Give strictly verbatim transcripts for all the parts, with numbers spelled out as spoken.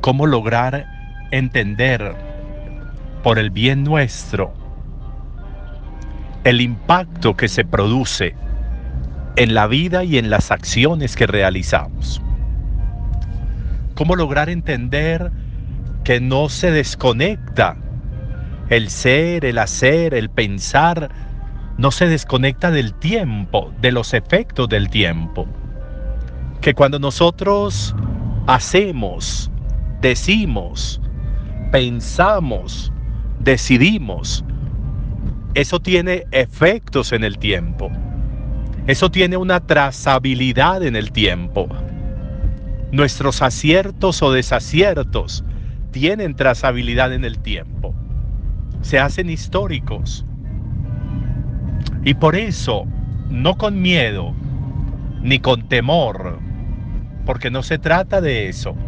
cómo lograr entender por el bien nuestro el impacto que se produce en la vida y en las acciones que realizamos. Cómo lograr entender que no se desconecta el ser, el hacer, el pensar, no se desconecta del tiempo, de los efectos del tiempo. Que cuando nosotros hacemos, decimos, pensamos, decidimos, eso tiene efectos en el tiempo. Eso tiene una trazabilidad en el tiempo. Nuestros aciertos o desaciertos tienen trazabilidad en el tiempo. Se hacen históricos. Y por eso, no con miedo, ni con temor, porque no se trata de eso.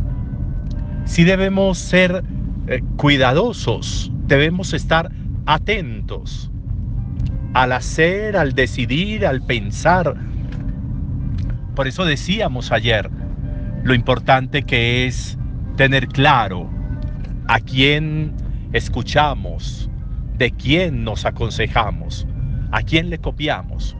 Sí debemos ser eh, cuidadosos, debemos estar atentos al hacer, al decidir, al pensar. Por eso decíamos ayer lo importante que es tener claro a quién escuchamos, de quién nos aconsejamos, a quién le copiamos.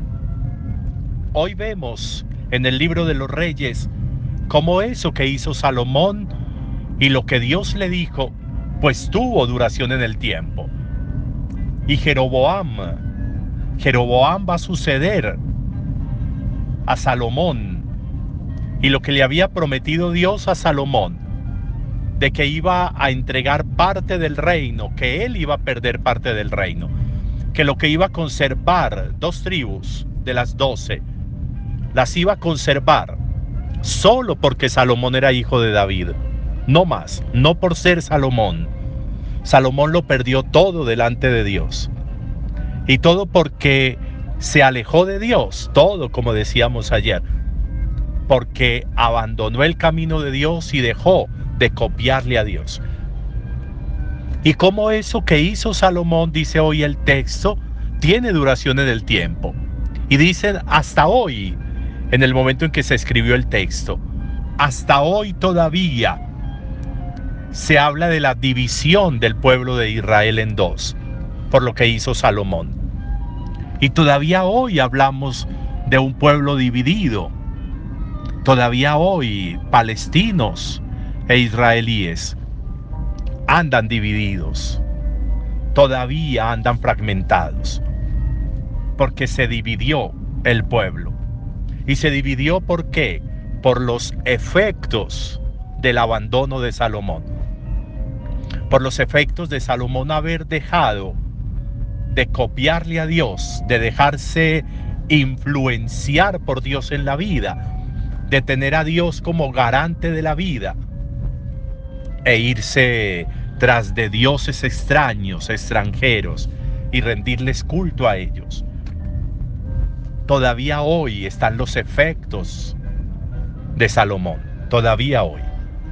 Hoy vemos en el libro de los Reyes cómo eso que hizo Salomón y lo que Dios le dijo, pues tuvo duración en el tiempo. Y Jeroboam, Jeroboam va a suceder a Salomón, y lo que le había prometido Dios a Salomón, de que iba a entregar parte del reino, que él iba a perder parte del reino, que lo que iba a conservar, dos tribus de las doce, las iba a conservar solo porque Salomón era hijo de David, no más, no por ser Salomón. Salomón lo perdió todo delante de Dios, y todo porque se alejó de Dios, todo como decíamos ayer, porque abandonó el camino de Dios y dejó de copiarle a Dios. Y como eso que hizo Salomón, dice hoy el texto, tiene duración en el tiempo. Y dicen hasta hoy, en el momento en que se escribió el texto, hasta hoy todavía se habla de la división del pueblo de Israel en dos, por lo que hizo Salomón. Y todavía hoy hablamos de un pueblo dividido. Todavía hoy palestinos e israelíes andan divididos. Todavía andan fragmentados. Porque se dividió el pueblo. ¿Y se dividió por qué? Por los efectos del abandono de Salomón. Por los efectos de Salomón haber dejado de copiarle a Dios, de dejarse influenciar por Dios en la vida, de tener a Dios como garante de la vida e irse tras de dioses extraños, extranjeros, y rendirles culto a ellos. Todavía hoy están los efectos de Salomón, todavía hoy.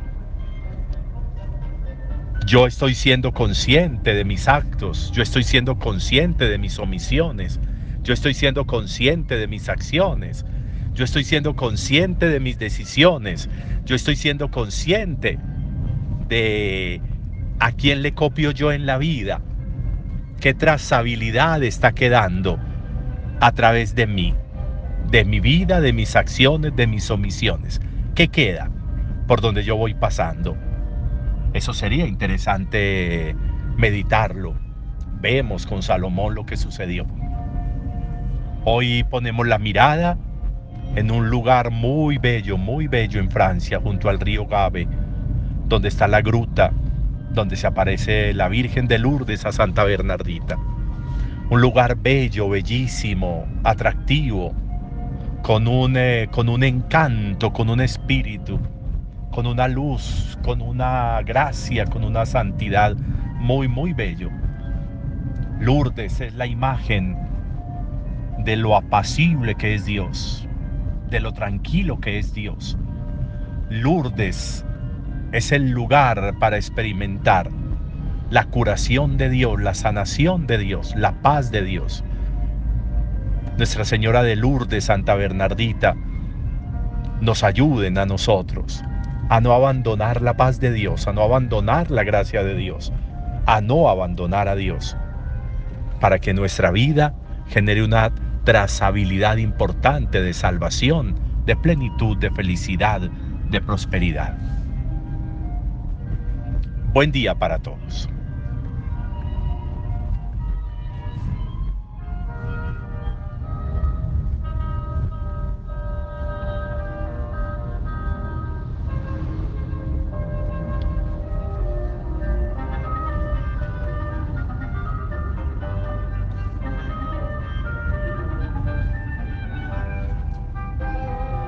Yo estoy siendo consciente de mis actos, yo estoy siendo consciente de mis omisiones, yo estoy siendo consciente de mis acciones, yo estoy siendo consciente de mis decisiones, yo estoy siendo consciente de a quién le copio yo en la vida, qué trazabilidad está quedando a través de mí, de mi vida, de mis acciones, de mis omisiones. ¿Qué queda por donde yo voy pasando? Eso sería interesante meditarlo. Vemos con Salomón lo que sucedió. Hoy ponemos la mirada en un lugar muy bello, muy bello en Francia, junto al río Gabe, donde está la gruta, donde se aparece la Virgen de Lourdes a Santa Bernardita. Un lugar bello, bellísimo, atractivo, con un, eh, con un encanto, con un espíritu, con una luz, con una gracia, con una santidad muy, muy bello. Lourdes es la imagen de lo apacible que es Dios, de lo tranquilo que es Dios. Lourdes es el lugar para experimentar la curación de Dios, la sanación de Dios, la paz de Dios. Nuestra Señora de Lourdes, Santa Bernardita, nos ayuden a nosotros a no abandonar la paz de Dios, a no abandonar la gracia de Dios, a no abandonar a Dios, para que nuestra vida genere una trazabilidad importante de salvación, de plenitud, de felicidad, de prosperidad. Buen día para todos.